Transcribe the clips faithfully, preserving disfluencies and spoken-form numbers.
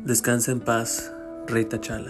Descansa en paz, Rey T'Challa.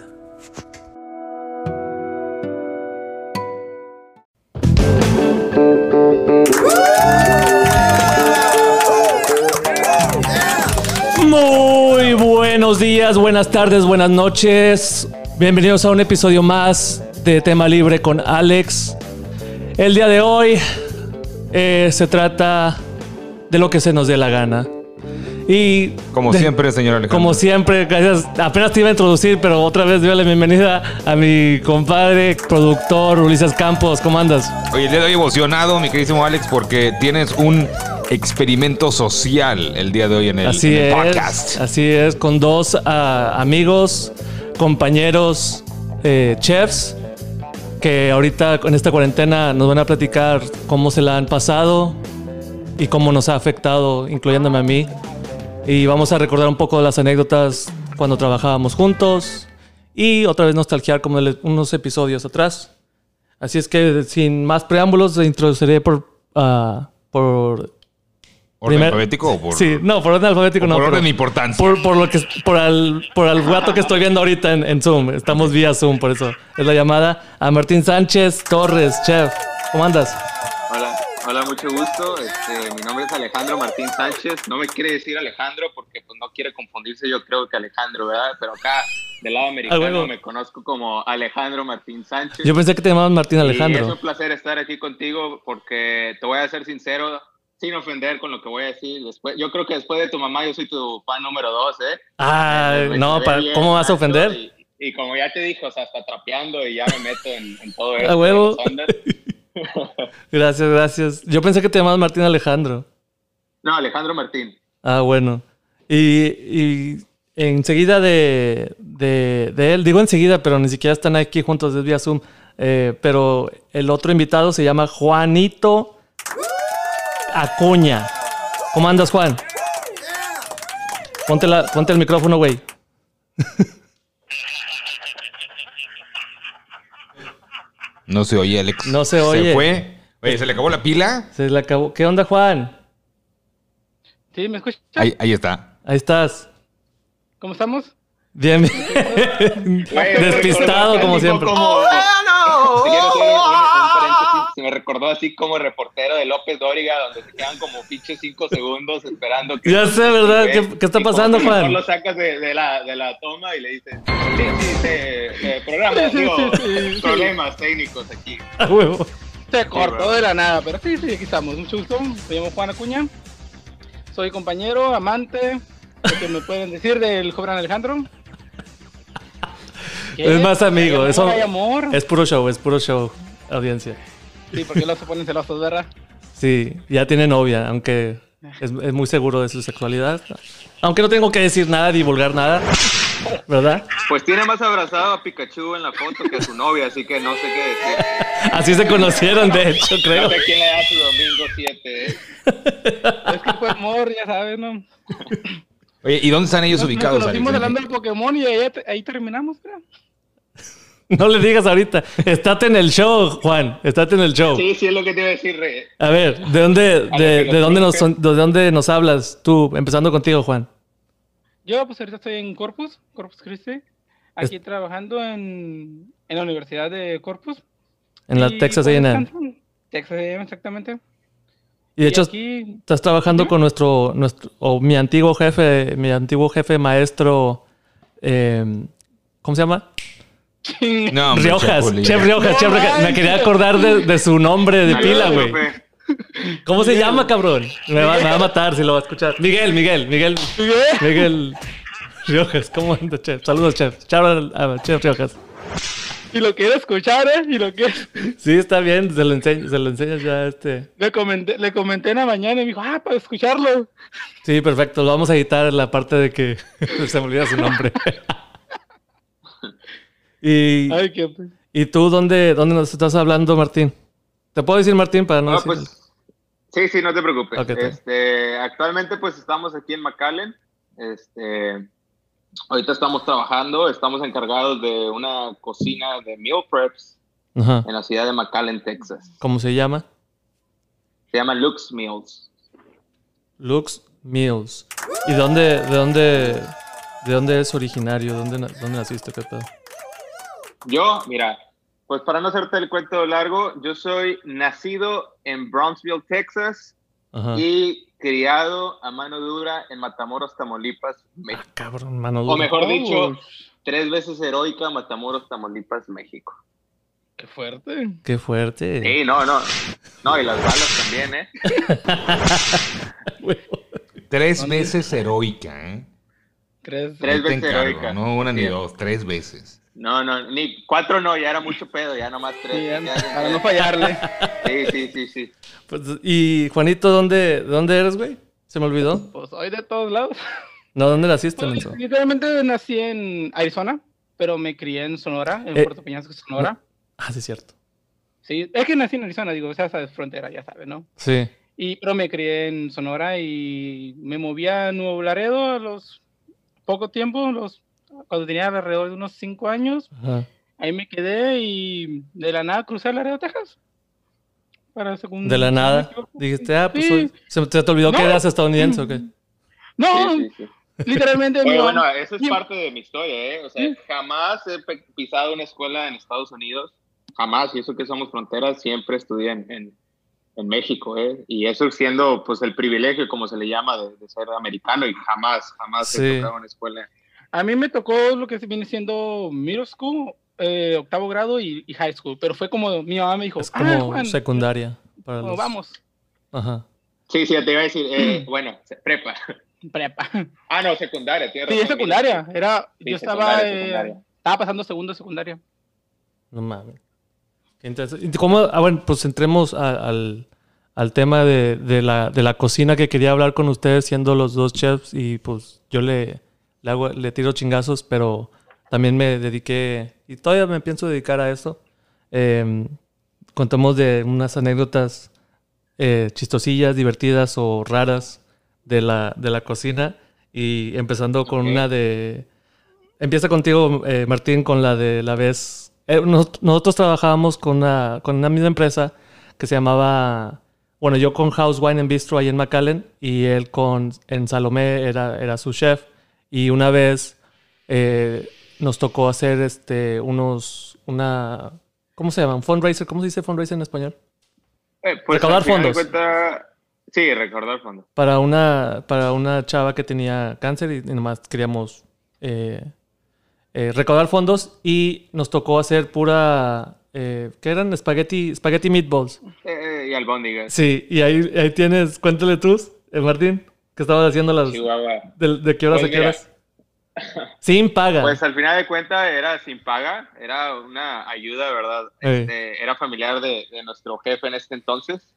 Muy buenos días, buenas tardes, buenas noches. Bienvenidos a un episodio más de Tema Libre con Alex. El día de hoy eh, se trata de lo que se nos dé la gana. Y como de, siempre, señor Alejandro. Como siempre, gracias. Apenas te iba a introducir, pero otra vez doy la bienvenida a mi compadre, productor, Ulises Campos. ¿Cómo andas? Oye, el día de hoy emocionado, mi queridísimo Alex, porque tienes un experimento social el día de hoy en el, así en el es, podcast. Así es, con dos uh, amigos, compañeros, eh, chefs, que ahorita en esta cuarentena nos van a platicar cómo se la han pasado y cómo nos ha afectado, incluyéndome a mí. Y vamos a recordar un poco las anécdotas cuando trabajábamos juntos y otra vez nostalgiar como unos episodios atrás. Así es que sin más preámbulos, introduciré por... Uh, por ¿Orden primer... alfabético o por...? Sí, no, por orden alfabético o no. por orden pero, de importancia. Por, por, lo que, por, al, por el gato que estoy viendo ahorita en, en Zoom. Estamos vía Zoom, por eso es la llamada a Martín Sánchez Torres, chef. ¿Cómo andas? Hola, hola, mucho gusto. Este, mi nombre es Alejandro Martín Sánchez. No me quiere decir Alejandro porque pues, no quiere confundirse, yo creo que Alejandro, ¿verdad? Pero acá, del lado americano, ah, bueno. me conozco como Alejandro Martín Sánchez. Yo pensé que te llamabas Martín Alejandro. Y es un placer estar aquí contigo porque te voy a ser sincero, sin ofender con lo que voy a decir. Después, yo creo que después de tu mamá, yo soy tu fan número dos, ¿eh? Ah, eh, no, para, ¿cómo vas a ofender? Y, y como ya te dije, o sea, hasta trapeando y ya me meto en, en todo eso. A huevo. Gracias, gracias. Yo pensé que te llamabas Martín Alejandro. No, Alejandro Martín. Ah, bueno. Y, y enseguida de, de, de él, digo enseguida, pero ni siquiera están aquí juntos, es vía Zoom. Eh, pero el otro invitado se llama Juanito Acuña. ¿Cómo andas, Juan? Ponte, la, ponte el micrófono, güey. No se oye, Alex. No se oye. Se fue. Oye, ¿se le acabó la pila? Se le acabó. ¿Qué onda, Juan? Sí, ¿me escuchas? Ahí, ahí está. Ahí estás. ¿Cómo estamos? Bien, bien. Despistado, como siempre. Como, oh, no. Si quiero hacer un, un paréntesis, se me recordó así como reportero de López Dóriga, donde se quedan como pinches cinco segundos esperando que... Ya sé, ¿verdad? ¿Qué, ¿Qué está pasando, Juan? Mejor lo sacas de, de, la, de la toma y le dices, sí, sí, sí, eh, programa, sí, digo, sí, sí, sí. problemas técnicos aquí. A huevo. Se cortó de la nada, pero sí, sí, aquí estamos. Mucho gusto. Me llamo Juan Acuña. Soy compañero, amante, lo que me pueden decir del joven Alejandro. Es más amigo, ¿Hay eso amor, hay amor? Es puro show, es puro show, audiencia. Sí, porque los se ponen celosos, ¿verdad? Sí, ya tiene novia, aunque es, es muy seguro de su sexualidad. Aunque no tengo que decir nada, divulgar nada, ¿verdad? Pues tiene más abrazado a Pikachu en la foto que a su novia, así que no sé qué decir. Así se conocieron, de hecho, creo. No sé quién le da su domingo siete, ¿eh? Es que fue amor, ya sabes, ¿no? Oye, ¿y dónde están ellos Nos, ubicados? Nos conocimos Alex? hablando de Pokémon y ahí, ahí terminamos, creo. No le digas ahorita. Estate en el show, Juan. Estate en el show. Sí, sí es lo que te iba a decir, Rey. A ver, ¿de dónde, de, de dónde nos, de dónde nos hablas tú? Empezando contigo, Juan. Yo, pues ahorita estoy en Corpus, Corpus Christi. Aquí es... trabajando en, en la Universidad de Corpus. En la Texas A and M. Texas A and M, exactamente. Y de y hecho, aquí... estás trabajando ¿sí? con nuestro, nuestro, o mi antiguo jefe, mi antiguo jefe maestro, eh, ¿cómo se llama? No, hombre, Riojas, Chapulín. Chef Riojas, no, Chef Riojas. Me quería acordar de, de su nombre de pila, güey. ¿Cómo se llama, cabrón? Me va, me va a matar si lo va a escuchar. Miguel, Miguel, Miguel. Miguel Riojas, ¿cómo anda, Chef? Saludos, Chef. Chao a Chef Riojas. Y lo quiere escuchar, ¿eh? Y lo quiere... Sí, está bien, se lo enseño, se lo enseñas ya este. Le comenté, le comenté en la mañana y me dijo, ah, para escucharlo. Sí, perfecto. Lo vamos a editar en la parte de que se me olvida su nombre. Y, Ay, qué... ¿Y tú dónde, dónde nos estás hablando, Martín? ¿Te puedo decir Martín para no, no decir? Pues, sí, sí, no te preocupes. Okay, este, actualmente pues estamos aquí en McAllen. Este, ahorita estamos trabajando, estamos encargados de una cocina de meal preps. Ajá. En la ciudad de McAllen, Texas. ¿Cómo se llama? Se llama Lux Meals. Lux Meals. ¿Y dónde, de dónde... ¿De dónde eres originario? ¿Dónde, dónde naciste? ¿Qué pedo? Yo, mira, pues para no hacerte el cuento largo, yo soy nacido en Brownsville, Texas, Ajá. y criado a mano dura en Matamoros, Tamaulipas, México. Ah, cabrón, mano dura. O mejor dicho, tres veces heroica, Matamoros, Tamaulipas, México. Qué fuerte. Qué fuerte. Sí, no, no. No, y las balas también, ¿eh? Tres ¿Dónde? veces heroica, ¿eh? Tres, tres veces encargo, heroica. No una ni sí. dos, tres veces. No, no, ni cuatro no, ya era mucho pedo, ya nomás tres. Sí, ya, ya, para no fallarle. Sí, sí, sí, sí. Pues, y Juanito, ¿dónde, ¿dónde eres, güey? ¿Se me olvidó? Pues soy de todos lados. No, ¿dónde naciste, pues, Menso? Literalmente nací en Arizona, pero me crié en Sonora, en eh, Puerto Peñasco, Sonora. No. Ah, sí, es cierto. Sí, es que nací en Arizona, digo, o sea, es frontera, ya sabes, ¿no? Sí. Y, pero me crié en Sonora y me moví a Nuevo Laredo a los poco tiempo, los, cuando tenía alrededor de unos cinco años. Ajá. Ahí me quedé y de la nada crucé a Laredo, Texas. Para segundo. De la nada. Dijiste, ah, pues sí. soy... ¿Se te olvidó no. que eras estadounidense o qué? No, sí, sí, sí. literalmente. Oye, bueno, eso es parte de mi historia, ¿eh? O sea, jamás he pisado una escuela en Estados Unidos. Jamás, y eso que somos fronteras, siempre estudié en, en, en México, ¿eh? Y eso siendo, pues, el privilegio, como se le llama, de, de ser americano, y jamás, jamás sí. he tocado una escuela. A mí me tocó lo que viene siendo middle school, eh, octavo grado y, y high school, pero fue como, mi mamá me dijo, es como ah, Juan, secundaria. Para como los... vamos. Ajá. Sí, sí, te iba a decir, eh, bueno, prepa. Prepa. Ah, no, secundaria, tienes Sí, razón, es secundaria, mira. era, Sí, yo estaba, secundaria, eh, secundaria. estaba pasando segundo de secundaria. No mames. Qué interesante. ¿Cómo? Ah, bueno, pues entremos a, al, al tema de, de, la, de la cocina que quería hablar con ustedes, siendo los dos chefs, y pues yo le, le, hago, le tiro chingazos, pero también me dediqué, y todavía me pienso dedicar a eso. Eh, contamos de unas anécdotas eh, chistosillas, divertidas o raras de la, de la cocina, y empezando con okay. una de... Empieza contigo, eh, Martín, con la de la vez... Eh, nos, nosotros trabajábamos con una, con una misma empresa que se llamaba... Bueno, yo con House Wine and Bistro ahí en McAllen, y él con, en Salomé era, era su chef. Y una vez eh, nos tocó hacer este, unos... una ¿Cómo se llama? ¿Un fundraiser? ¿Cómo se dice fundraiser en español? Eh, pues recaudar fondos. Cuenta, sí, recaudar fondos. Para una, para una chava que tenía cáncer y, y nomás queríamos... Eh, Eh, recaudar fondos, y nos tocó hacer pura... Eh, ¿Qué eran? Spaghetti, spaghetti meatballs. Eh, y albóndigas. Sí, y ahí, ahí tienes... Cuéntale tú, eh, Martín, que estabas haciendo las... De, ¿De qué horas pues a qué horas? Sin paga. Pues al final de cuentas era sin paga. Era una ayuda, ¿verdad? Este, era familiar de, de nuestro jefe en este entonces.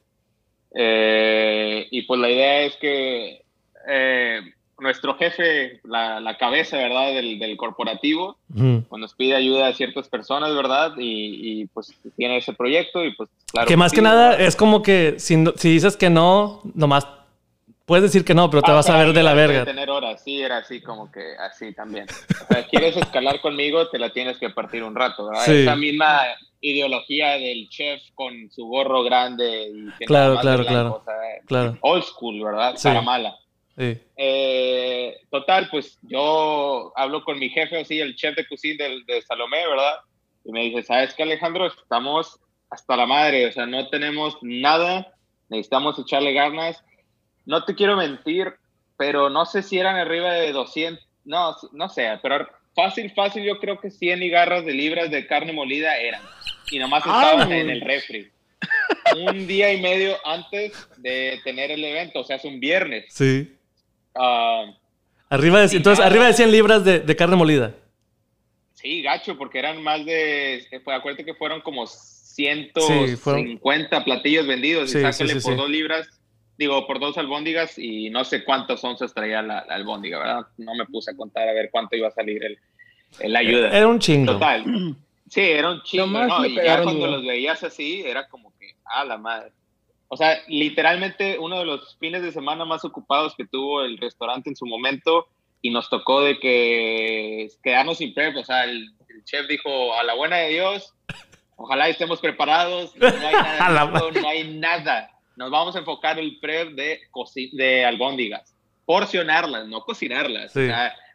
Eh, y pues la idea es que... Eh, nuestro jefe, la, la cabeza, ¿verdad?, del, del corporativo, uh-huh. pues nos pide ayuda a ciertas personas, ¿verdad? Y, y pues tiene ese proyecto y pues claro. Que, que más sí, que nada ¿verdad? Es como que si, si dices que no, nomás puedes decir que no, pero te ah, vas a ver de la verga. Tener horas, sí, era así como que así también. O sea, quieres escalar conmigo, te la tienes que partir un rato, ¿verdad? Sí. Esa misma ideología del chef con su gorro grande y que claro, nada más claro, blanco, claro, o sea, claro. Old school, ¿verdad? Sí. Para mala. Sí. Eh, total, pues yo hablo con mi jefe, sí, el chef de cocina de, de Salomé, ¿verdad? Y me dice, ¿sabes qué, Alejandro? Estamos hasta la madre, o sea, no tenemos nada, necesitamos echarle ganas. No te quiero mentir, pero no sé si eran arriba de doscientos, no, no sé, pero fácil, fácil, yo creo que cien y garras de libras de carne molida eran. Y nomás estaban Ay. en el refri. Un día y medio antes de tener el evento, o sea, es un viernes. Sí. Uh, arriba de, entonces, nada. Arriba de cien libras de, de carne molida. Sí, gacho, porque eran más de... Pues, acuérdate que fueron como ciento cincuenta sí, fueron... platillos vendidos. Sí, y sácale sí, sí, por sí. dos libras, digo, por dos albóndigas, y no sé cuántos onzas traía la, la albóndiga, ¿verdad? No me puse a contar a ver cuánto iba a salir el, el ayuda. Era un chingo. Total. Sí, era un chingo, ¿no? Y ya cuando los veías así, era como que, ah, la madre. O sea, literalmente uno de los fines de semana más ocupados que tuvo el restaurante en su momento, y nos tocó de que quedarnos sin prep. O sea, el, el chef dijo, a la buena de Dios, ojalá estemos preparados, no hay nada, no, no hay nada. Nos vamos a enfocar el prep de, de albóndigas, porcionarlas, no cocinarlas. Sí. O sea,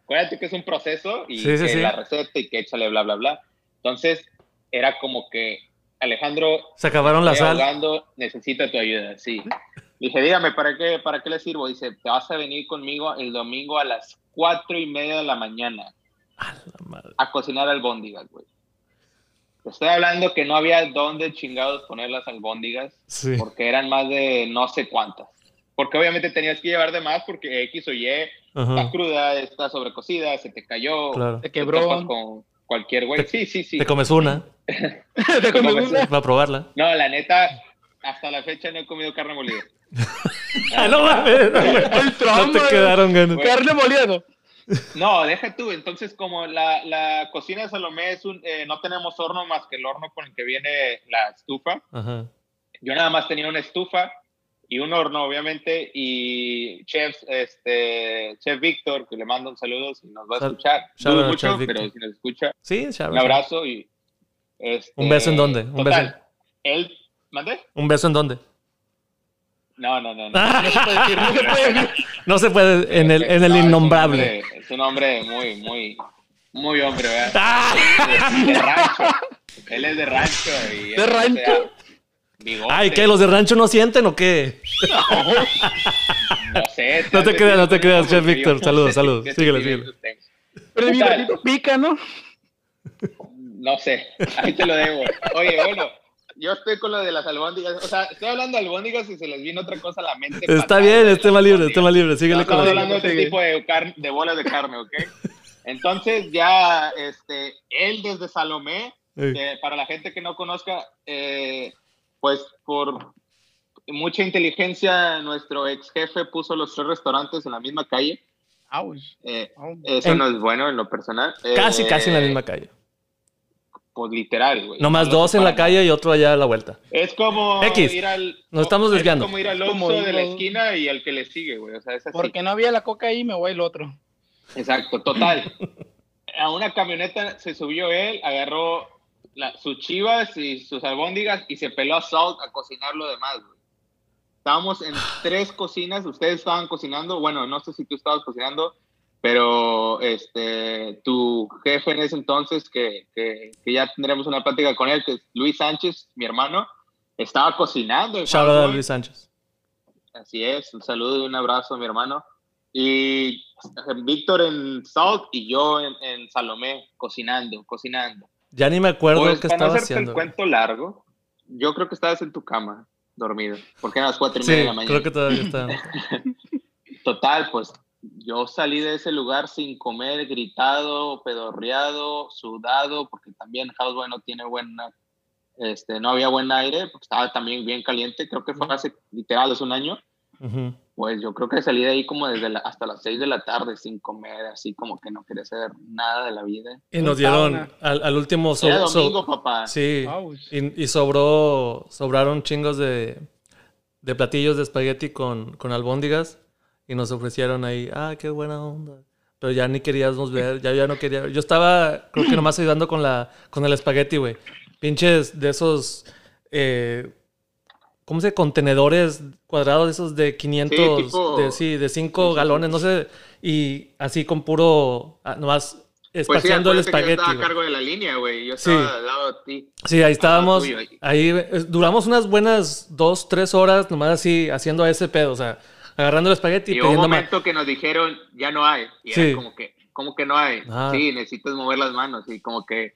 acuérdate que es un proceso y sí, sí, que sí. la receta y que échale bla, bla, bla. Entonces, era como que, Alejandro, se acabaron la sal. Ahogando, necesita tu ayuda, sí. Dije, dígame, ¿para qué, ¿para qué le sirvo? Dice, te vas a venir conmigo el domingo a las cuatro y media de la mañana a, la madre. a cocinar albóndigas, güey. Te estoy hablando que no había dónde chingados poner las albóndigas, sí. porque eran más de no sé cuántas. Porque obviamente tenías que llevar de más porque X o Y Ajá. está cruda, está sobrecocida, se te cayó, claro. te quebró. Te con cualquier güey. Sí, sí, sí. Te comes una. ¿Te comes una? Para probarla. No, la neta, hasta la fecha no he comido carne molida. Ah, no mames. No te quedaron ganas. Carne molida. No, deja tú. Entonces, como la, la cocina de Salomé es un, eh, no tenemos horno más que el horno con el que viene la estufa. Ajá. Yo nada más tenía una estufa y un horno, obviamente, y chef, este, chef Víctor, que le mando un saludo si nos va a escuchar. Shout Dudo out, mucho, Chef pero Víctor. si nos escucha, Sí, shout un out. abrazo y... Este, ¿Un beso en dónde? ¿Un total, beso? Él, ¿mandé? ¿Un beso en dónde? No, no, no. no. No se puede decir, no se puede decir. No se puede en el, en el No, innombrable. Es un hombre, es un hombre muy, muy, muy hombre, ¿verdad? ¡Ah! De, de rancho. Él es de rancho. Y ¿De rancho? O sea, bigote. Ay, ¿qué? ¿Los de rancho no sienten o qué? No sé. No te creas, no te creas, Chef porque Víctor. yo Saludos, no sé saludos. qué Síguele, sentimientos síguele. tengo. Pero el Total. bigotito pica, ¿no? No sé, ahí te lo debo. Oye, bueno, yo estoy con lo de las albóndigas. O sea, estoy hablando de albóndigas y se les vino otra cosa a la mente. Está fatal bien, de es las tema libre, es albóndigas. tema libre. Síguele No, con estamos la... hablando de este Sigue. tipo de, car- de bolas de carne, ¿ok? Entonces ya, este, él desde Salomé, Ey. que para la gente que no conozca, eh, pues por mucha inteligencia, nuestro ex jefe puso los tres restaurantes en la misma calle. Ouch. Eh, Ouch. eso En- no es bueno en lo personal. Casi, Eh, casi en la misma calle. Pues literal, güey. Nomás No lo dos en la separan. calle y otro allá a la vuelta. Es como X. ir al... Nos estamos desviando. Es como ir al Como Oxxo de la ir- esquina y al que le sigue, güey. O sea, es así. Porque no había la coca ahí, me voy al otro. Exacto, total. A una camioneta se subió él, agarró la- sus chivas y sus albóndigas y se peló a Salt a cocinar lo demás, güey. Estábamos en tres cocinas, ustedes estaban cocinando, bueno, no sé si tú estabas cocinando, pero este, tu jefe en ese entonces, que, que, que ya tendremos una plática con él, que es Luis Sánchez, mi hermano, estaba cocinando. Shout out a Luis Sánchez. Así es, un saludo y un abrazo a mi hermano. Y Víctor en Salt y yo en, en Salomé, cocinando, cocinando. Ya ni me acuerdo Pues, qué para no estaba hacerte haciendo. el cuento largo, yo creo que estabas en tu cama, dormido, porque eran las cuatro y media Sí, de la mañana. creo que todavía está. Total, pues yo salí de ese lugar sin comer, gritado, pedorreado, sudado, porque también Houseboy no tiene buena, este, no había buen aire, porque estaba también bien caliente, creo que fue hace literal hace un año. Ujú. Pues yo creo que salí de ahí como desde la, hasta las seis de la tarde sin comer, así como que no quería hacer nada de la vida. Y nos Un dieron sauna. al, al último so- Era so- domingo, papá. sí, Ouch. y, y sobró, sobraron chingos de, de platillos de espagueti con, con albóndigas y nos ofrecieron ahí, ah, qué buena onda. Pero ya ni queríamos ver, ya, ya no quería. Yo estaba, creo que nomás ayudando con, la, con el espagueti, güey. Pinches de esos, eh, ¿cómo se dice? Contenedores cuadrados, esos de quinientos, Sí, tipo- de, sí, de cinco Sí, sí, galones, sí. no sé. Y así con puro, ah, nomás Pues sí, espaciando el acuérdate que yo espagueti, estaba a güey. cargo de la línea, güey. Yo Sí. estaba al lado de ti. Sí, ahí estábamos. tuyo. Ahí eh, duramos unas buenas dos, tres horas nomás así haciendo ese pedo. O sea, agarrando el espagueti y Y hubo un pidiendo más. momento que nos dijeron, ya no hay. Y Sí. era como que, ¿cómo que no hay? Ah. Sí, necesitas mover las manos. Y como que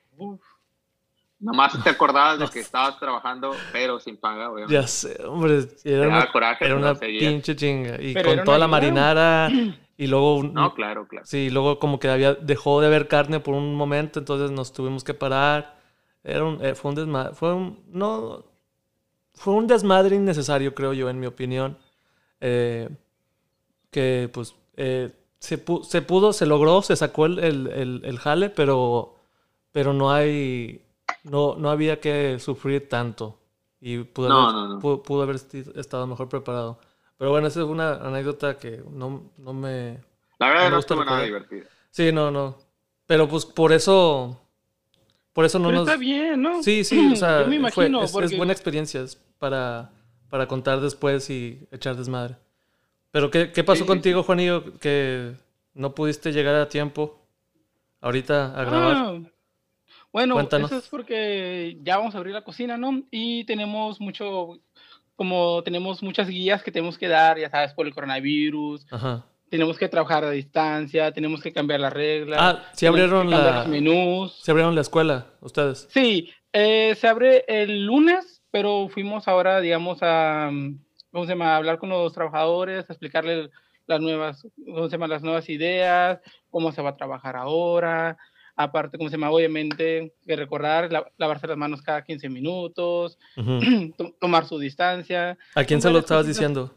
nomás te acordabas de que estabas trabajando, pero sin paga, güey. Ya sé, hombre. Era Te una, daba coraje, era pero una seguía. pinche chinga. Y Pero con era toda una la ayuda. marinara. Y luego. un- No, claro, claro. Sí, luego como que había, dejó de haber carne por un momento. Entonces nos tuvimos que parar. Era un, eh, fue un desmadre. Fue un. No. Fue un desmadre innecesario, creo yo, en mi opinión. Eh, que pues. Eh, se, pu- se pudo, se logró, se sacó el, el, el, el jale, pero, pero no hay, no, no había que sufrir tanto y pudo, No, haber, no, no. Pudo, pudo haber esti- estado mejor preparado. Pero bueno, esa es una anécdota que no, no me... La verdad me no gusta estuvo nada recordar. divertido. Sí, no, no. Pero pues por eso, por eso no Pero nos... está bien, ¿no? Sí, sí, o sea, Yo me fue- imagino, es, es porque- buena experiencia es para, para contar después y echar desmadre. Pero ¿qué, qué pasó Sí, sí, contigo, Juanillo? Que no pudiste llegar a tiempo ahorita a grabar. Ah, bueno, Cuéntanos. eso es porque ya vamos a abrir la cocina, ¿no? Y tenemos mucho, como tenemos muchas guías que tenemos que dar, ya sabes, por el coronavirus. Ajá. Tenemos que trabajar a distancia, tenemos que cambiar las reglas. Ah, sí abrieron la... los menús. ¿Se abrieron la escuela, ustedes? Sí, eh, se abre el lunes, pero fuimos ahora, digamos, a, ¿cómo se llama? A hablar con los trabajadores, a explicarles las nuevas, ¿cómo se llama? Las nuevas ideas, cómo se va a trabajar ahora. Aparte, ¿cómo se llama? Obviamente, que recordar, la, lavarse las manos cada quince minutos, Uh-huh. to- tomar su distancia. ¿A quién se lo estabas diciendo?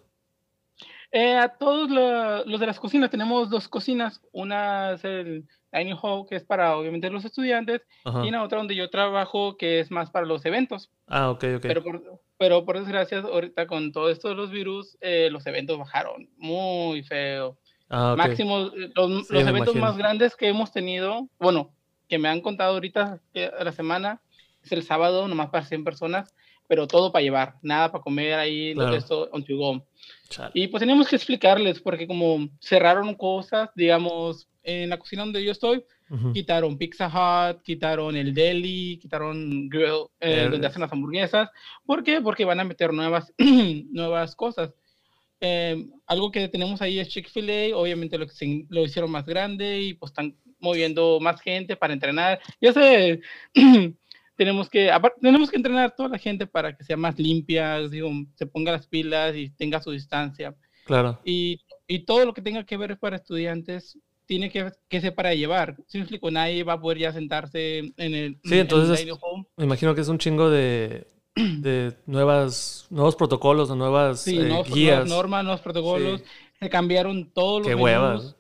Eh, a todos lo, los de las cocinas, tenemos dos cocinas. Una es el dining hall, que es para obviamente los estudiantes, Ajá. y la otra donde yo trabajo, que es más para los eventos. Ah, ok, ok. Pero por, pero por desgracia, ahorita con todo esto de los virus, eh, los eventos bajaron muy feo. Ah, ok. Máximo, los, Sí, los me eventos imagino. más grandes que hemos tenido, bueno, que me han contado ahorita que a la semana, es el sábado, nomás para cien personas, pero todo para llevar, nada para comer ahí, lo Claro. de esto on to go. Chale. Y pues teníamos que explicarles, porque como cerraron cosas, digamos, en la cocina donde yo estoy, Ujú. quitaron Pizza Hut, quitaron el deli, quitaron grill, eh, El- donde hacen las hamburguesas. ¿Por qué? Porque van a meter nuevas, nuevas cosas. Eh, algo que tenemos ahí es Chick-fil-A, obviamente lo, que se- lo hicieron más grande y pues están moviendo más gente para entrenar. Ya sé, tenemos que, aparte, tenemos que entrenar a toda la gente para que sea más limpia, digo, se ponga las pilas y tenga su distancia. Claro. Y, y todo lo que tenga que ver para estudiantes tiene que, que ser para llevar. Si me explico, nadie va a poder ya sentarse en el, Sí, entonces en es- el dining hall. Me imagino que es un chingo de, de nuevas, nuevos protocolos o nuevas Sí, eh, nuevas, guías. nuevas normas, nuevos protocolos. Sí. Se cambiaron todos los Qué menús. huevas.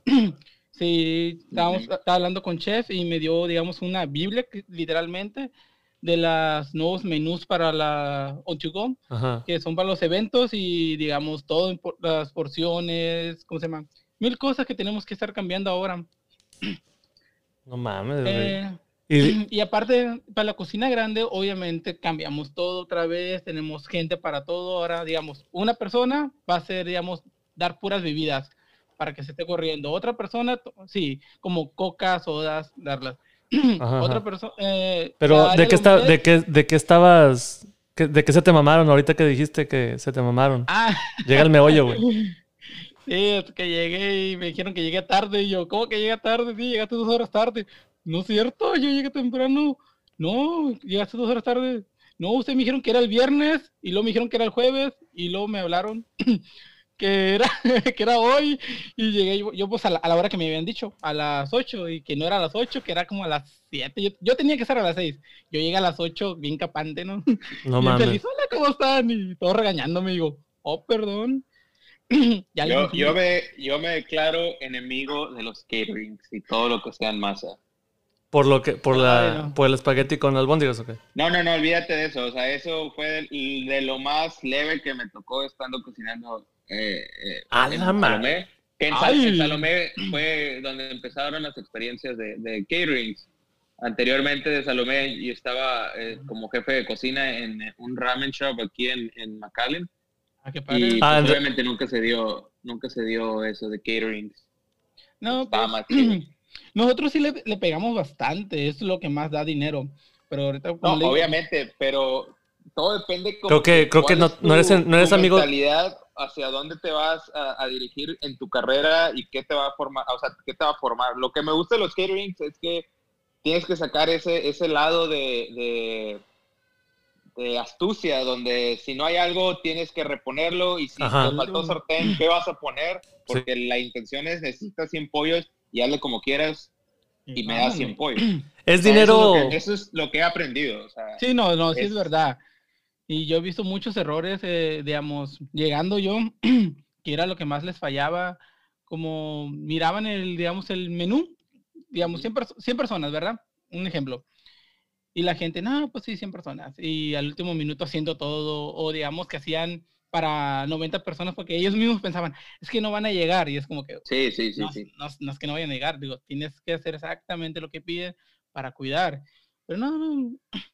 Sí, estábamos, estaba hablando con Chef y me dio, digamos, una Biblia, que- literalmente, de los nuevos menús para la on to go, Ajá. que son para los eventos y, digamos, todo, en por- las porciones, ¿cómo se llama? Mil cosas que tenemos que estar cambiando ahora. No mames, güey. Eh, Y, y aparte, para la cocina grande, obviamente cambiamos todo otra vez, tenemos gente para todo. Ahora, digamos, una persona va a ser, digamos, dar puras bebidas para que se esté corriendo. Otra persona, to- sí, como coca, sodas, darlas. Ajá, Otra ajá. persona. eh, Pero, la área ¿de qué, está, buffet- de qué, de qué estabas? qué- ¿De qué se te mamaron ahorita que dijiste que se te mamaron? Ah, Llega el meollo, güey. sí, es que llegué y me dijeron que llegué tarde. Y yo, ¿cómo que llegué tarde? Sí, llegaste dos horas tarde. No es cierto, yo llegué temprano. No, llegaste dos horas tarde. No, ustedes me dijeron que era el viernes y luego me dijeron que era el jueves y luego me hablaron que era, que era hoy y llegué yo, yo, pues a la, a la hora que me habían dicho, a las ocho, y que no era a las ocho, que era como a las siete. Yo, yo tenía que estar a las seis. Yo llegué a las ocho bien capante, ¿no? No Bien mames. feliz, hola, ¿cómo están? Y todos regañándome, digo, oh, perdón. Ya les Yo, dije, yo, me, yo me declaro enemigo de los caterings y todo lo que sea en masa. ¿Por lo que, por la, Ay, no. por el espagueti con albóndigas o qué? No, no, no, olvídate de eso. O sea, eso fue de, de lo más leve que me tocó estando cocinando eh, eh, A en la madre. Salomé. Que en, Sal- Ay. en Salomé fue donde empezaron las experiencias de, de caterings. Anteriormente de Salomé yo estaba eh, como jefe de cocina en eh, un ramen shop aquí en, en McAllen. ah, qué Y padre. pues, Ah, en- obviamente nunca se dio nunca se dio eso de caterings. No, Estaba pues, más que- nosotros sí le, le pegamos bastante, es lo que más da dinero. Pero ahorita, como No, le digo, obviamente, pero todo depende como Creo que- creo que cuál no- es no eres en- no eres tu amigo- mentalidad, hacia dónde te vas a, a dirigir en tu carrera y qué te va a formar, o sea, qué te va a formar. Lo que me gusta de los caterings es que tienes que sacar ese, ese lado de, de, de astucia, donde si no hay algo tienes que reponerlo y si Ajá. te faltó sartén, ¿qué vas a poner? Porque la intención es necesitas cien pollos y hazle como quieras y me das cien pollos. Es O sea, dinero. Eso es, lo que, eso es lo que he aprendido. O sea, sí, no, no, sí es, es- verdad. Y yo he visto muchos errores, eh, digamos, llegando yo, que era lo que más les fallaba, como miraban el, digamos, el menú, digamos, cien, perso- cien personas, ¿verdad? Un ejemplo. Y la gente, no, pues sí, cien personas. Y al último minuto haciendo todo, o digamos que hacían para noventa personas, porque ellos mismos pensaban, es que no van a llegar, y es como que, sí, sí, sí, no, sí. no, no es que no vayan a llegar, digo, tienes que hacer exactamente lo que piden para cuidar. Pero no, no,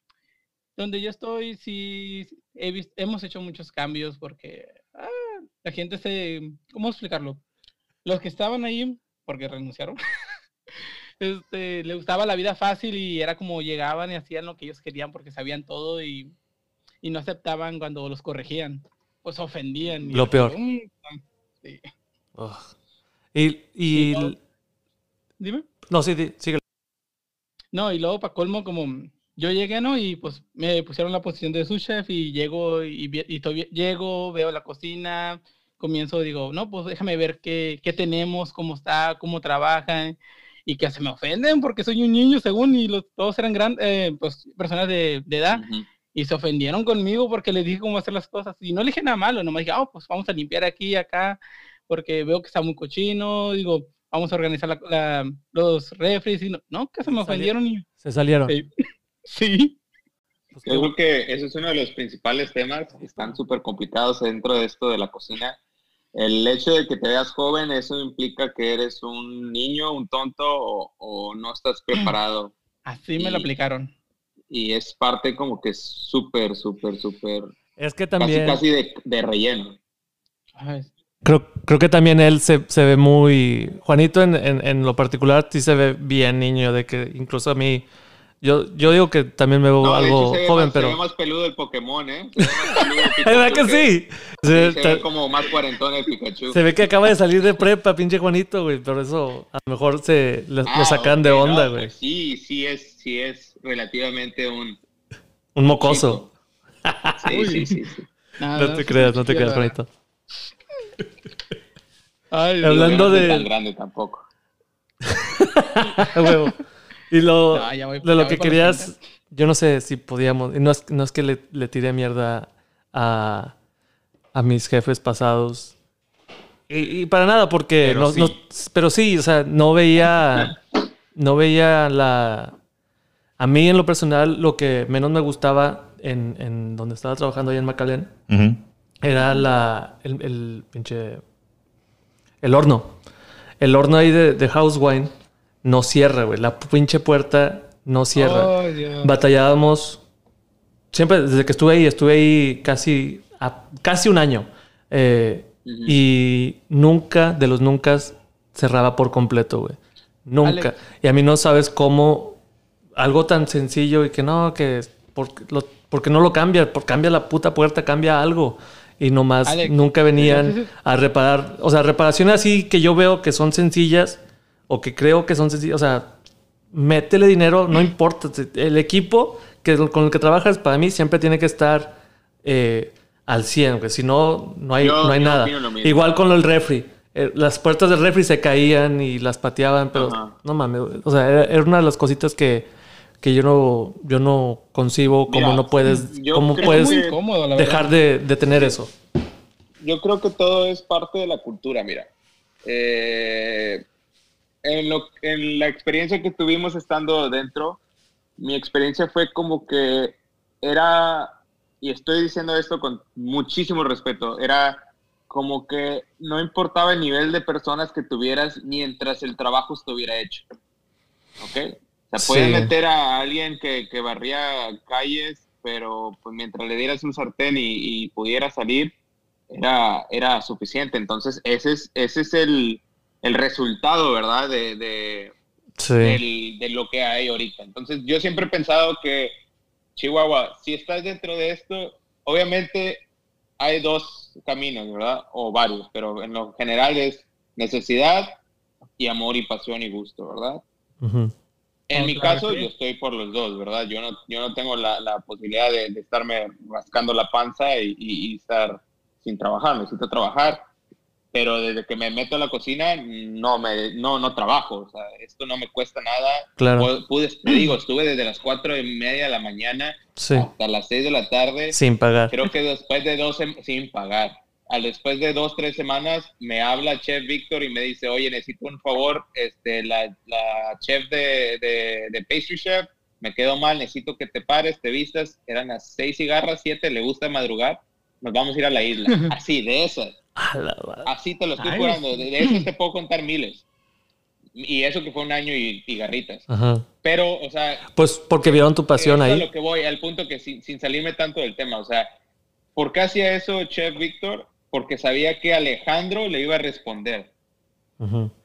donde yo estoy, sí, he visto, hemos hecho muchos cambios porque ah, la gente se, ¿cómo explicarlo? Los que estaban ahí porque renunciaron. Este, le gustaba la vida fácil y era como llegaban y hacían lo que ellos querían porque sabían todo y, y no aceptaban cuando los corregían, pues ofendían. Y lo peor. Mm, sí. Oh. Y, y, y luego, dime. No, sí, sí, sigue. No, y luego para colmo, como yo llegué, ¿no? Y pues me pusieron la posición de sous chef y llego y, y, y todavía, llego, veo la cocina, comienzo, digo, no, pues déjame ver qué, qué tenemos, cómo está, cómo trabajan. Y que se me ofenden porque soy un niño según y los, todos eran grandes, eh, pues personas de, de edad. Uh-huh. Y se ofendieron conmigo porque les dije cómo hacer las cosas. Y no le dije nada malo, nomás dije, oh, pues vamos a limpiar aquí y acá porque veo que está muy cochino. Digo, vamos a organizar la, la, los refris. Y no, no, que se me ofendieron. Y... Se salieron. Sí. Sí. Yo creo que ese es uno de los principales temas que están súper complicados dentro de esto de la cocina. El hecho de que te veas joven, eso implica que eres un niño, un tonto o, o no estás preparado. Así me y, lo aplicaron. Y es parte como que súper, súper, súper... Es que también... Casi, casi de, de relleno. Creo, creo que también él se, se ve muy... Juanito en, en, en lo particular sí se ve bien niño, de que incluso a mí... Yo, yo digo que también me veo no, algo hecho, joven, más, pero... Se ve más peludo el Pokémon, ¿eh? Se ve más peludo el Pikachu. ¿Verdad que sí? Se, se ve como más cuarentón el Pikachu. Se ve que acaba de salir de prepa, pinche Juanito, güey. Pero eso a lo mejor se le, ah, le sacan okay, de onda, güey. No, pues sí, sí es, sí es relativamente un... Un mocoso. Sí, sí, sí, sí. No, no, no te creas, no te creas, Juanito. Ay, hablando no de... tan grande tampoco. Huevo. Y lo, no, voy, de lo que querías, yo no sé si podíamos, no es, no es que le, le tiré mierda a, a mis jefes pasados. Y, y para nada, porque pero, no, sí. No, pero sí, o sea, no veía, no veía la... A mí en lo personal, lo que menos me gustaba en, en donde estaba trabajando ahí en McAllen, uh-huh. era la, el, el pinche... El horno. El horno ahí de, de House Wine no cierra, güey. La pinche puerta no cierra. Oh, Dios. Batallábamos... Siempre, desde que estuve ahí, estuve ahí casi, a, casi un año. Eh, uh-huh. Y nunca, de los nunca, cerraba por completo, güey. Nunca. Alex. Y a mí no sabes cómo... Algo tan sencillo y que no, que... Porque, lo, porque no lo cambia. Porque cambia la puta puerta, cambia algo. Y nomás Alex, nunca venían a reparar. O sea, reparaciones así que yo veo que son sencillas o que creo que son sencillas. O sea, métele dinero, no importa. El equipo que, con el que trabajas, para mí, siempre tiene que estar eh, al cien. Porque si no, no hay, yo, no hay yo nada. Igual con el refri. Eh, las puertas del refri se caían y las pateaban, pero Ajá. no mames. O sea, era, era una de las cositas que... que yo no, yo no concibo cómo Mira, no puedes, cómo puedes muy incómodo, dejar de, de tener eso. Yo creo que todo es parte de la cultura, mira. Eh, en, lo, en la experiencia que tuvimos estando dentro, mi experiencia fue como que era, y estoy diciendo esto con muchísimo respeto, era como que no importaba el nivel de personas que tuvieras mientras el trabajo estuviera hecho. ¿Ok? O sea, puedes sí. meter a alguien que, que barría calles, pero pues mientras le dieras un sartén y, y pudiera salir, era, era suficiente. Entonces, ese es, ese es el, el resultado, ¿verdad? De, de, sí. del, de lo que hay ahorita. Entonces, yo siempre he pensado que, Chihuahua, si estás dentro de esto, obviamente hay dos caminos, ¿verdad? O varios, pero en lo general es necesidad y amor y pasión y gusto, ¿verdad? Uh-huh. En mi caso, yo estoy por los dos, ¿verdad? Yo no, yo no tengo la, la posibilidad de, de estarme rascando la panza y, y, y estar sin trabajar. Necesito trabajar, pero desde que me meto a la cocina, no, me, no, no trabajo. O sea, esto no me cuesta nada. Claro. Pude, te digo, estuve desde las cuatro y media de la mañana sí. hasta las seis de la tarde. Sin pagar. Creo que después de dos, sin pagar. Al después de dos, tres semanas, me habla Chef Víctor y me dice, oye, necesito un favor, este, la, la chef de, de, de Pastry Chef, me quedo mal, necesito que te pares, te vistas, eran las seis cigarras, siete, le gusta madrugar, nos vamos a ir a la isla. Así, de esas. Así te lo estoy jurando, de, de esas te puedo contar miles. Y eso que fue un año y cigarritas. Ajá. Pero, o sea... Pues porque vieron tu pasión ahí. Es a lo que voy, al punto que sin, sin salirme tanto del tema, o sea, ¿por qué hacía eso Chef Víctor? Porque sabía que Alejandro le iba a responder. Uh-huh.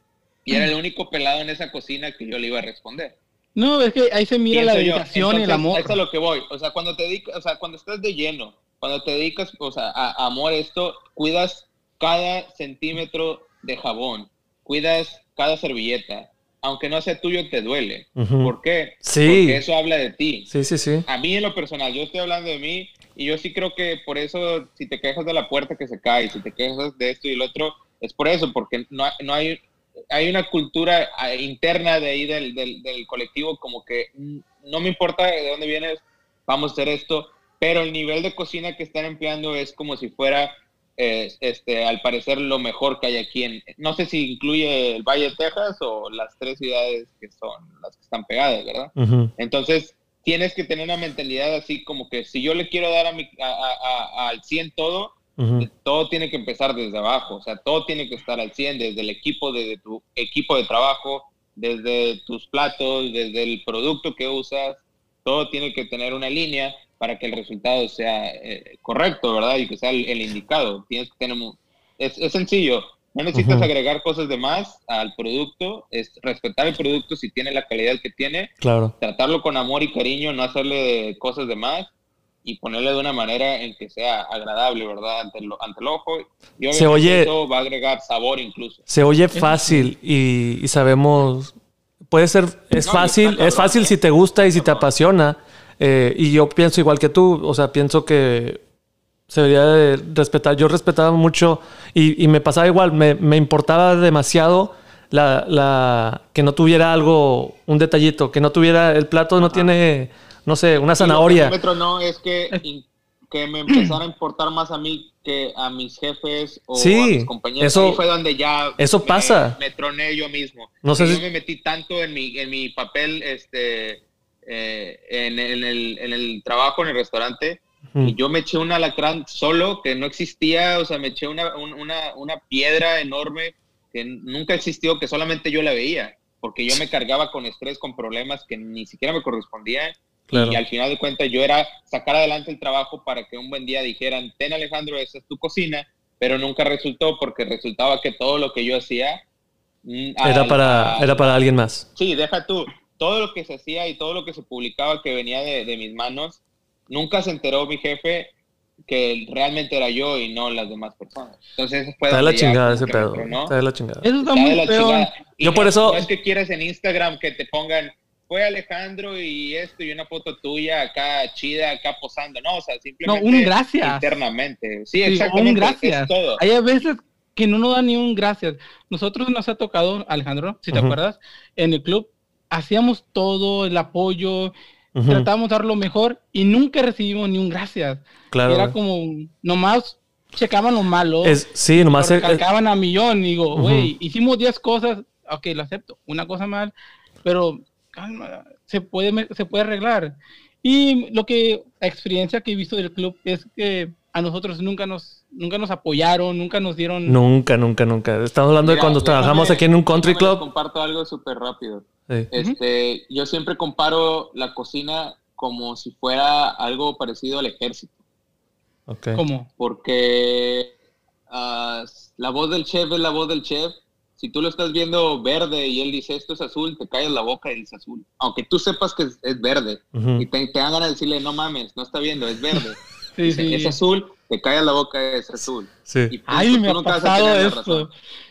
Y era el único pelado en esa cocina que yo le iba a responder. No, es que ahí se mira Pienso la dedicación yo. y el amor. Eso es a lo que voy. O sea, cuando te dedicas, o sea, cuando estás de lleno, cuando te dedicas, o sea, a, a amor a esto, cuidas cada centímetro de jabón, cuidas cada servilleta. Aunque no sea tuyo, te duele. Uh-huh. ¿Por qué? Sí. Porque eso habla de ti. Sí, sí, sí. A mí en lo personal, yo estoy hablando de mí y yo sí creo que por eso, si te quejas de la puerta que se cae, si te quejas de esto y lo otro, es por eso, porque no, no hay, hay una cultura interna de ahí del, del, del colectivo como que no me importa de dónde vienes, vamos a hacer esto, pero el nivel de cocina que están empleando es como si fuera... Eh, este, al parecer lo mejor que hay aquí en, no sé si incluye el Valle de Texas o las tres ciudades que son las que están pegadas, ¿verdad? Uh-huh. Entonces tienes que tener una mentalidad así como que si yo le quiero dar a mi, a, a, a, al cien todo, uh-huh. todo tiene que empezar desde abajo, o sea, todo tiene que estar al cien, desde el equipo, desde tu equipo de trabajo, desde tus platos, desde el producto que usas, todo tiene que tener una línea para que el resultado sea eh, correcto, ¿verdad? Y que sea el, el indicado. Tienes que tener... Es, es sencillo. No necesitas uh-huh. agregar cosas de más al producto. Es respetar el producto si tiene la calidad que tiene. Claro. Tratarlo con amor y cariño, no hacerle cosas de más y ponerle de una manera en que sea agradable, ¿verdad? Ante el, ante el ojo. Y obviamente se oye, eso va a agregar sabor incluso. Se oye fácil y, y sabemos... Puede ser... Es no, fácil, es fácil si te gusta y si te apasiona. Eh, y yo pienso igual que tú, o sea, pienso que se debería de respetar. Yo respetaba mucho y, y me pasaba igual, me, me importaba demasiado la, la, que no tuviera algo, un detallito, que no tuviera, el plato Ajá. no tiene, no sé, una zanahoria. Sí, no es que, que me empezara a importar más a mí que a mis jefes o sí, a mis compañeros. Eso, Ahí fue donde ya eso me, pasa. me troné yo mismo. No sé yo si... me metí tanto en mi, en mi papel, este... Eh, en, en, el, en el trabajo en el restaurante uh-huh. y yo me eché un alacrán solo que no existía, o sea, me eché una, un, una, una piedra enorme que nunca existió, que solamente yo la veía, porque yo me cargaba con estrés, con problemas que ni siquiera me correspondían claro. y al final de cuentas yo era sacar adelante el trabajo para que un buen día dijeran, ten Alejandro, esa es tu cocina, pero nunca resultó porque resultaba que todo lo que yo hacía era, al, para, a, era para alguien más. Sí, deja tú. Todo lo que se hacía y todo lo que se publicaba que venía de, de mis manos, nunca se enteró mi jefe que realmente era yo y no las demás personas. Entonces fue está de la chingada ese pedo. ¿No? Está de la chingada. Eso está, está muy feo. Yo no, por eso... No es que quieras en Instagram que te pongan, fue Alejandro y esto y una foto tuya acá chida, acá posando. No, o sea, simplemente... No, un gracias. Internamente. Sí, sí exactamente. Un gracias. Es todo. Hay a veces que no nos da ni un gracias. Nosotros nos ha tocado, Alejandro, si te uh-huh. acuerdas, en el club, hacíamos todo, el apoyo, uh-huh. tratábamos de dar lo mejor y nunca recibimos ni un gracias. Claro. Era como, nomás checaban lo malo. Es, sí, nomás. Recalcaban es, a millón y digo, güey, uh-huh. hicimos diez cosas, ok, lo acepto, una cosa mal, pero calma, se puede, se puede arreglar. Y lo que, la experiencia que he visto del club es que a nosotros nunca nos, nunca nos apoyaron, nunca nos dieron... Nunca, nunca, nunca. Estamos hablando Mira, de cuando trabajamos aquí en un country club. Comparto algo súper rápido. Sí. Este, yo siempre comparo la cocina como si fuera algo parecido al ejército. Okay. ¿Cómo? Porque uh, la voz del chef es la voz del chef. Si tú lo estás viendo verde y él dice esto es azul, te callas la boca y dice azul. Aunque tú sepas que es, es verde. Uh-huh. Y te, te dan ganas de decirle, no mames, no está viendo, es verde. sí, dice, sí. Es azul, te callas la boca, es azul. Sí. Y Ay, tú, me tú ha pasado esto.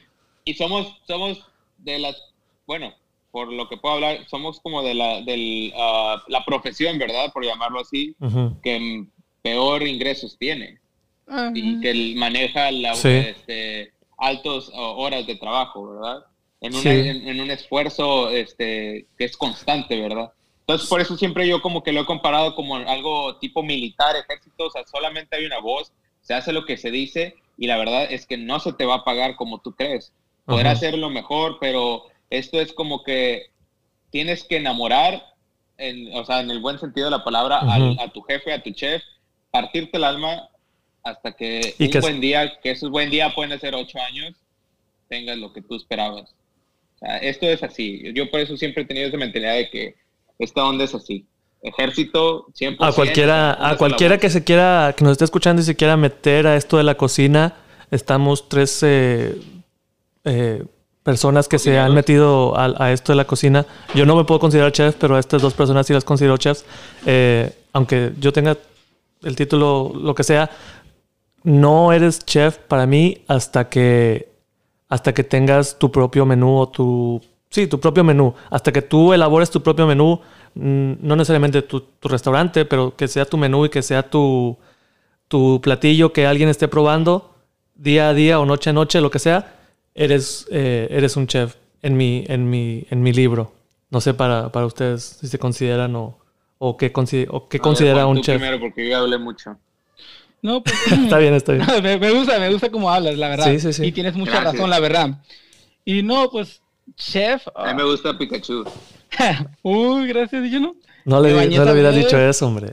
Y somos, somos de las, bueno, por lo que puedo hablar, somos como de la, del, uh, la profesión, ¿verdad? Por llamarlo así, uh-huh. que peor ingresos tiene. Uh-huh. Y que maneja la, sí. este, altos uh, horas de trabajo, ¿verdad? En, una, sí. en, en un esfuerzo este, que es constante, ¿verdad? Entonces, por eso siempre yo como que lo he comparado como algo tipo militar, ejército, o sea, solamente hay una voz, se hace lo que se dice, y la verdad es que no se te va a pagar como tú crees. Podrás uh-huh. hacerlo mejor, pero esto es como que tienes que enamorar, en, o sea, en el buen sentido de la palabra, uh-huh. al, a tu jefe, a tu chef, partirte el alma hasta que un que buen día, que esos buen día pueden ser ocho años, tengas lo que tú esperabas. O sea, esto es así. Yo por eso siempre he tenido esa mentalidad de que esta onda es así. Ejército, cien por ciento. A cualquiera, a cualquiera que se quiera, que nos esté escuchando y se quiera meter a esto de la cocina, estamos tres... Eh, eh, personas que se han metido a, a esto de la cocina. Yo no me puedo considerar chef, pero a estas dos personas sí las considero chefs. Eh, aunque yo tenga el título, lo que sea, no eres chef para mí hasta que, hasta que tengas tu propio menú o tu... Sí, tu propio menú. Hasta que tú elabores tu propio menú, no necesariamente tu, tu restaurante, pero que sea tu menú y que sea tu, tu platillo que alguien esté probando día a día o noche a noche, lo que sea. Eres, eh, eres un chef en mi, en mi, en mi libro. No sé para, para ustedes si se consideran o, o qué, consider, o qué no, considera un chef. Primero, porque yo ya hablé mucho. No, pues, está bien, está bien. me, me gusta, me gusta cómo hablas, la verdad. Sí, sí, sí. Y tienes mucha Gracias. razón, la verdad. Y no, pues, chef. A mí me gusta Pikachu. Uy, gracias, yo no. No le, no le hubieras dicho eso, hombre.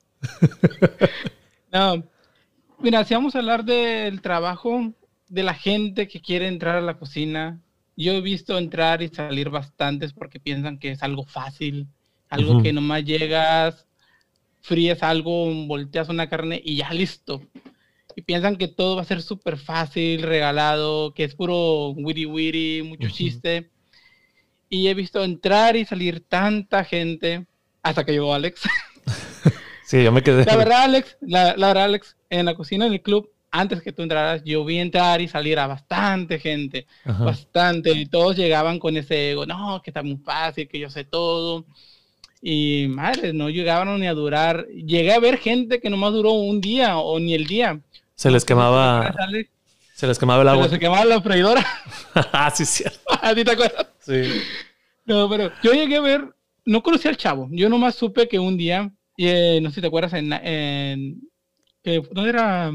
No. Mira, si vamos a hablar del trabajo de la gente que quiere entrar a la cocina, yo he visto entrar y salir bastantes porque piensan que es algo fácil, algo uh-huh. que nomás llegas, fríes algo, volteas una carne y ya listo. Y piensan que todo va a ser súper fácil, regalado, que es puro witty witty, mucho uh-huh. chiste. Y he visto entrar y salir tanta gente hasta que llegó Alex. Sí, yo me quedé. La verdad, Alex, la, la verdad, Alex, en la cocina del club, antes que tú entraras, yo vi entrar y salir a bastante gente, ajá. bastante, y todos llegaban con ese ego, no, que está muy fácil, que yo sé todo, y madre, no llegaban ni a durar, llegué a ver gente que nomás duró un día, o ni el día. Se les quemaba, se les quemaba el agua. Se les quemaba la freidora. Ah, sí, cierto. ¿A ti te acuerdas? Sí. No, pero yo llegué a ver, no conocía al chavo, yo nomás supe que un día, eh, no sé si te acuerdas, en, en eh, ¿dónde era?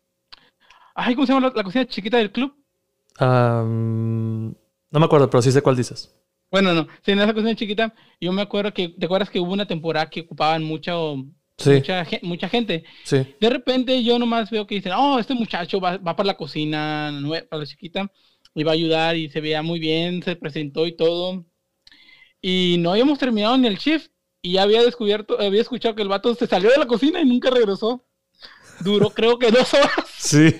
Ay, ¿cómo se llama la, la cocina chiquita del club? Um, no me acuerdo, pero sí sé cuál dices. Bueno, no, sí, en esa cocina chiquita, yo me acuerdo que, ¿te acuerdas que hubo una temporada que ocupaban mucha, sí. mucha, mucha gente? Sí. De repente yo nomás veo que dicen, oh, este muchacho va, va para la cocina, para la chiquita, y va a ayudar, y se veía muy bien, se presentó y todo. Y no habíamos terminado ni el shift, y ya había descubierto, había escuchado que el vato se salió de la cocina y nunca regresó. Duró creo que dos horas. Sí.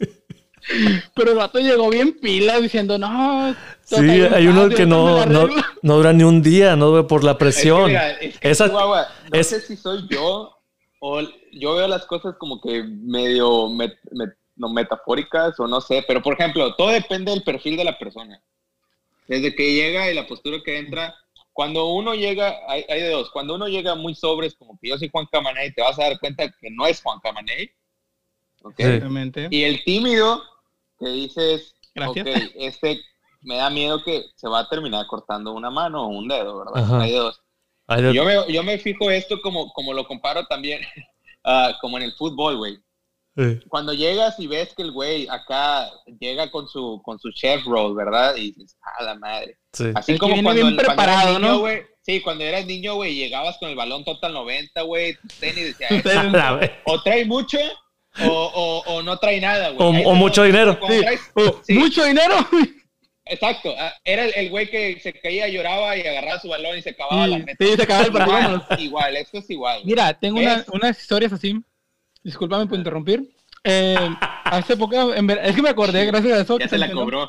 Pero el vato llegó bien pila diciendo, no. Sí, hay uno que no, no, no dura ni un día, no por la presión. Es que, mira, es que Esa, Chihuahua, no es... sé si soy yo o yo veo las cosas como que medio met, met, no, metafóricas o no sé. Pero por ejemplo, todo depende del perfil de la persona. Desde que llega y la postura que entra. Cuando uno llega, hay, hay de dos. Cuando uno llega muy sobres, como que yo soy Juan Camaney, te vas a dar cuenta que no es Juan Camaney. ¿Okay? Sí. Y el tímido, que dices, gracias. Ok, este me da miedo que se va a terminar cortando una mano o un dedo, ¿verdad? Ajá. Hay de dos. Hay de... Yo, me, yo me fijo esto como, como lo comparo también, uh, como en el fútbol, güey. Sí. Cuando llegas y ves que el güey acá llega con su, con su chef roll, ¿verdad? Y dices, ah, la madre. Sí. Así el como cuando, bien cuando preparado, eras niño, ¿no? güey. Sí, cuando eras niño, güey, llegabas con el balón Total noventa, güey, tus tenis, decía, o trae mucho o, o, o no trae nada, güey. O, o mucho dinero. Sí. Traes, oh, sí. Mucho dinero. Exacto. Era el güey que se caía, lloraba y agarraba su balón y se acababa sí, la meta. Sí, se acababa el partido. Igual, igual, esto es igual. Mira, tengo una, unas historias así. Discúlpame por interrumpir. Eh, hace poco, en ver... es que me acordé, gracias a eso. Ya se la cobró.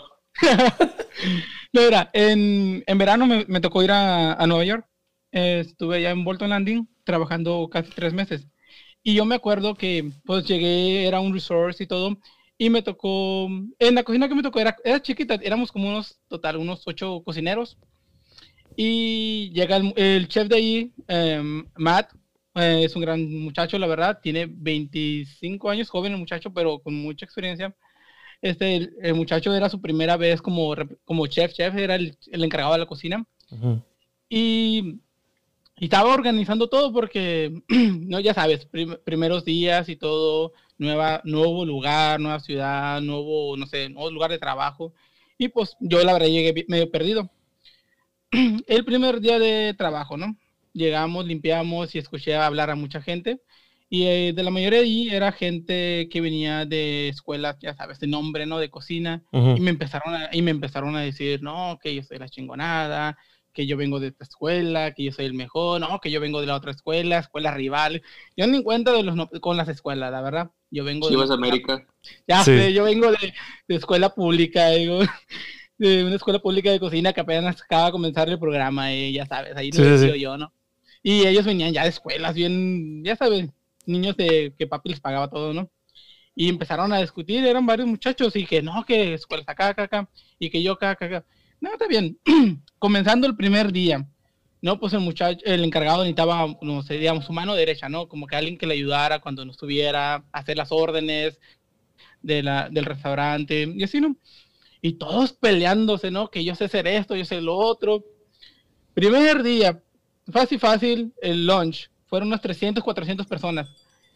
No, mira, en, en verano me, me tocó ir a, a Nueva York. Eh, estuve allá en Bolton Landing trabajando casi tres meses. Y yo me acuerdo que pues llegué, era un resort y todo. Y me tocó, en la cocina que me tocó, era, era chiquita, éramos como unos, total, unos ocho cocineros. Y llega el, el chef de ahí, eh, Matt. Eh, es un gran muchacho, la verdad. Tiene veinticinco años, joven el muchacho, pero con mucha experiencia. Este, el, el muchacho era su primera vez como, como chef, chef, era el, el encargado de la cocina. Uh-huh. Y, y estaba organizando todo porque, no, ya sabes, prim, primeros días y todo, nueva, nuevo lugar, nueva ciudad, nuevo, no sé, nuevo lugar de trabajo. Y pues yo la verdad llegué medio perdido. El primer día de trabajo, ¿no? Llegamos, limpiamos y escuché hablar a mucha gente. Y eh, de la mayoría de allí era gente que venía de escuelas, ya sabes, de nombre, ¿no? De cocina. Uh-huh. Y me empezaron a, y me empezaron a decir, no, que yo soy la chingonada, que yo vengo de esta escuela, que yo soy el mejor, no, que yo vengo de la otra escuela, escuela rival. Yo ni cuenta de los no, con las escuelas, la verdad. Yo vengo Chivas de... América. Ya sí. sé, yo vengo de, de escuela pública, digo. de una escuela pública de cocina que apenas acaba de comenzar el programa, y ya sabes, ahí sí, no sí, sí. yo, ¿no? Y ellos venían ya de escuelas, bien, ya sabes, niños de que papi les pagaba todo, ¿no? Y empezaron a discutir, eran varios muchachos, y que no, que escuelas acá, acá, acá, y que yo acá, acá, acá. No, está bien. Comenzando el primer día, ¿no? Pues el muchacho, el encargado necesitaba, no sé, digamos, su mano derecha, ¿no? Como que alguien que le ayudara cuando no estuviera, a hacer las órdenes de la, del restaurante, y así, ¿no? Y todos peleándose, ¿no? Que yo sé hacer esto, yo sé lo otro. Primer día, fácil, fácil, el lunch. Fueron unas trescientas, cuatrocientas personas.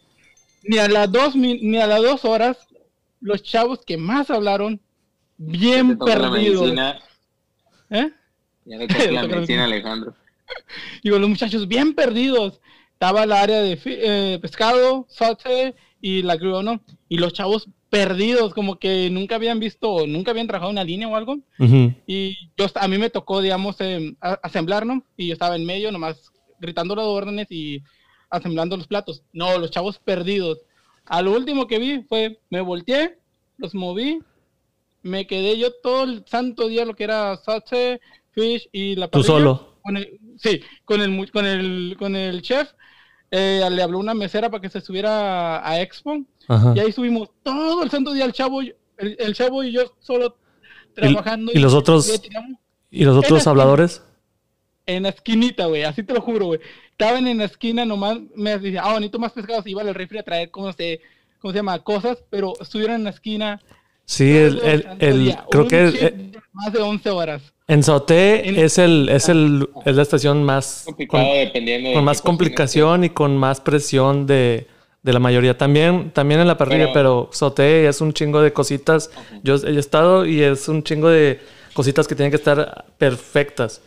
Ni a las dos, ni a las dos horas, los chavos que más hablaron, bien perdidos. ¿Eh? Ya le toca la medicina, Alejandro. Digo, los muchachos bien perdidos. Estaba el área de eh, pescado, sauté y la grúa, ¿no? Y los chavos perdidos, como que nunca habían visto, nunca habían trabajado en una línea o algo. Uh-huh. Y yo, a mí me tocó, digamos, eh, asemblar, ¿no? Y yo estaba en medio, nomás gritando las órdenes y asemblando los platos. No, los chavos perdidos. A lo último que vi fue, me volteé, los moví, me quedé yo todo el santo día lo que era sauté, fish y la parrilla. ¿Tú solo? Con el, sí, con el, con el, con el chef. Eh, le habló una mesera para que se subiera a, a Expo. Ajá. Y ahí subimos todo el santo día el chavo, el, el chavo y yo solo trabajando. ¿Y, y, y los otros, ¿y los otros habladores? En la esquinita, güey, así te lo juro, güey. Estaban en la esquina nomás, me decían, ah, bonito más pescados, iba al refri a traer, ¿cómo se, cómo se llama? Cosas, pero estuvieron en la esquina. Sí, el, el, el, el creo que es... El, más de once horas. En Sauté en, es, el, es, el, es la estación más... Complicado, con, dependiendo con más complicación y con más presión de, de la mayoría. También, también en la parrilla, pero, pero Sauté es un chingo de cositas. Uh-huh. Yo he estado y es un chingo de cositas que tienen que estar perfectas.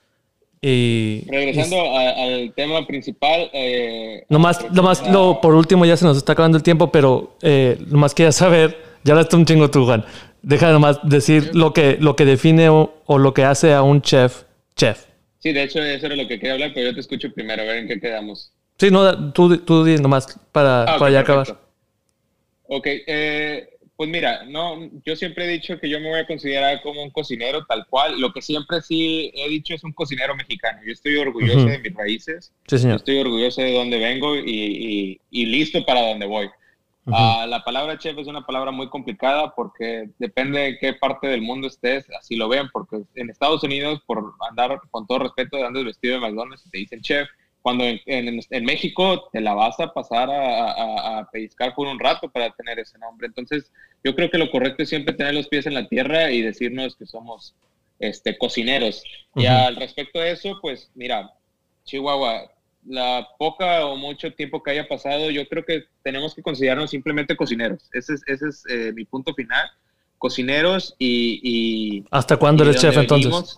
Y, Regresando y, a, al tema principal. Eh, nomás, nomás a... lo, por último, ya se nos está acabando el tiempo, pero eh, nomás quería saber, ya hablaste un chingo tú, Juan. Deja nomás decir lo que, lo que define o, o lo que hace a un chef, chef. Sí, de hecho, eso era lo que quería hablar, pero yo te escucho primero, a ver en qué quedamos. Sí, no, tú, tú di nomás para, ah, okay, para ya acabar. Ok, eh, pues mira, no, yo siempre he dicho que yo me voy a considerar como un cocinero tal cual. Lo que siempre sí he dicho es un cocinero mexicano. Yo estoy orgulloso uh-huh. de mis raíces. Sí, señor. Estoy orgulloso de dónde vengo y, y, y listo para dónde voy. Uh-huh. Uh, la palabra chef es una palabra muy complicada porque depende de qué parte del mundo estés, así lo ven, porque en Estados Unidos, por andar, con todo respeto, andas vestido de McDonald's, te dicen chef, cuando en, en, en México te la vas a pasar a, a, a pellizcar por un rato para tener ese nombre. Entonces, yo creo que lo correcto es siempre tener los pies en la tierra y decirnos que somos este, cocineros. Uh-huh. Y al respecto de eso, pues mira, Chihuahua, la poca o mucho tiempo que haya pasado, yo creo que tenemos que considerarnos simplemente cocineros. Ese es, ese es eh, mi punto final. Cocineros y... y ¿Hasta cuándo y eres chef venimos, entonces?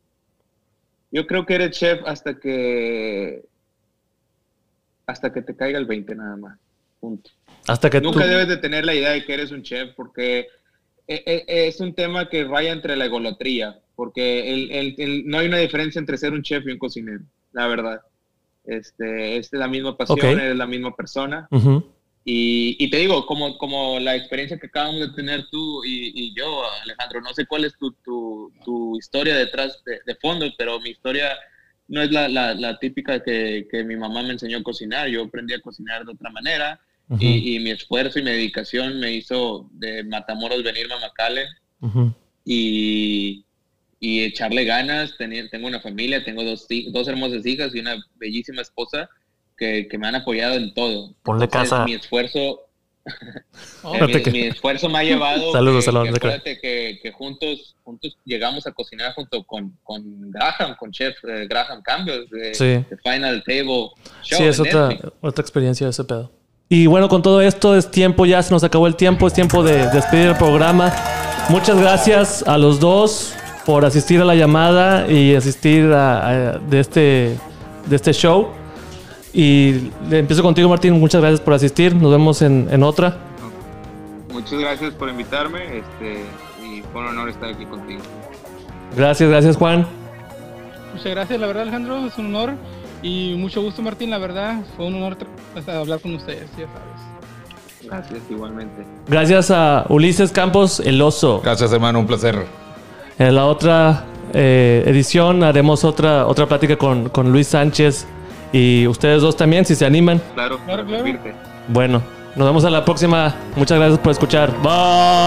Yo creo que eres chef hasta que... hasta que te caiga el veinte nada más. Punto. Hasta que Nunca tú... debes de tener la idea de que eres un chef porque es un tema que raya entre la egolatría. Porque el, el, el, no hay una diferencia entre ser un chef y un cocinero, la verdad. Este, es la misma pasión, okay. Es la misma persona. Uh-huh. y, y te digo, como, como la experiencia que acabamos de tener tú y, y yo, Alejandro, no sé cuál es tu, tu, tu historia detrás de, de fondo, pero mi historia no es la, la, la típica que, que mi mamá me enseñó a cocinar. Yo aprendí a cocinar de otra manera. Uh-huh. y, y mi esfuerzo y mi dedicación me hizo de Matamoros venirme a McAllen. Uh-huh. y y echarle ganas. Tengo una familia, tengo dos, dos hermosas hijas y una bellísima esposa que, que me han apoyado en todo. Ponle Entonces, casa. Mi esfuerzo, oh, eh, mi, mi esfuerzo me ha llevado. Saludos, que, saludos. Que, que, que juntos, juntos llegamos a cocinar junto con, con Graham, con Chef eh, Graham Campbell, de, sí. de Final Table Show. Sí, es otra, otra experiencia de ese pedo. Y bueno, con todo esto es tiempo, ya se nos acabó el tiempo, es tiempo de despedir el programa. Muchas gracias a los dos por asistir a la llamada y asistir a, a, de, este, de este show. Y empiezo contigo, Martín. Muchas gracias por asistir. Nos vemos en, en otra. Muchas gracias por invitarme. Este, y fue un honor estar aquí contigo. Gracias, gracias, Juan. Muchas gracias, la verdad, Alejandro. Es un honor. Y mucho gusto, Martín. La verdad, fue un honor hablar con ustedes, ya sabes. Gracias, igualmente. Gracias a Ulises Campos, el oso. Gracias, hermano. Un placer. En la otra eh, edición haremos otra, otra plática con, con Luis Sánchez y ustedes dos también, si se animan. Claro, claro, claro. Bueno, nos vemos a la próxima. Muchas gracias por escuchar. Bye.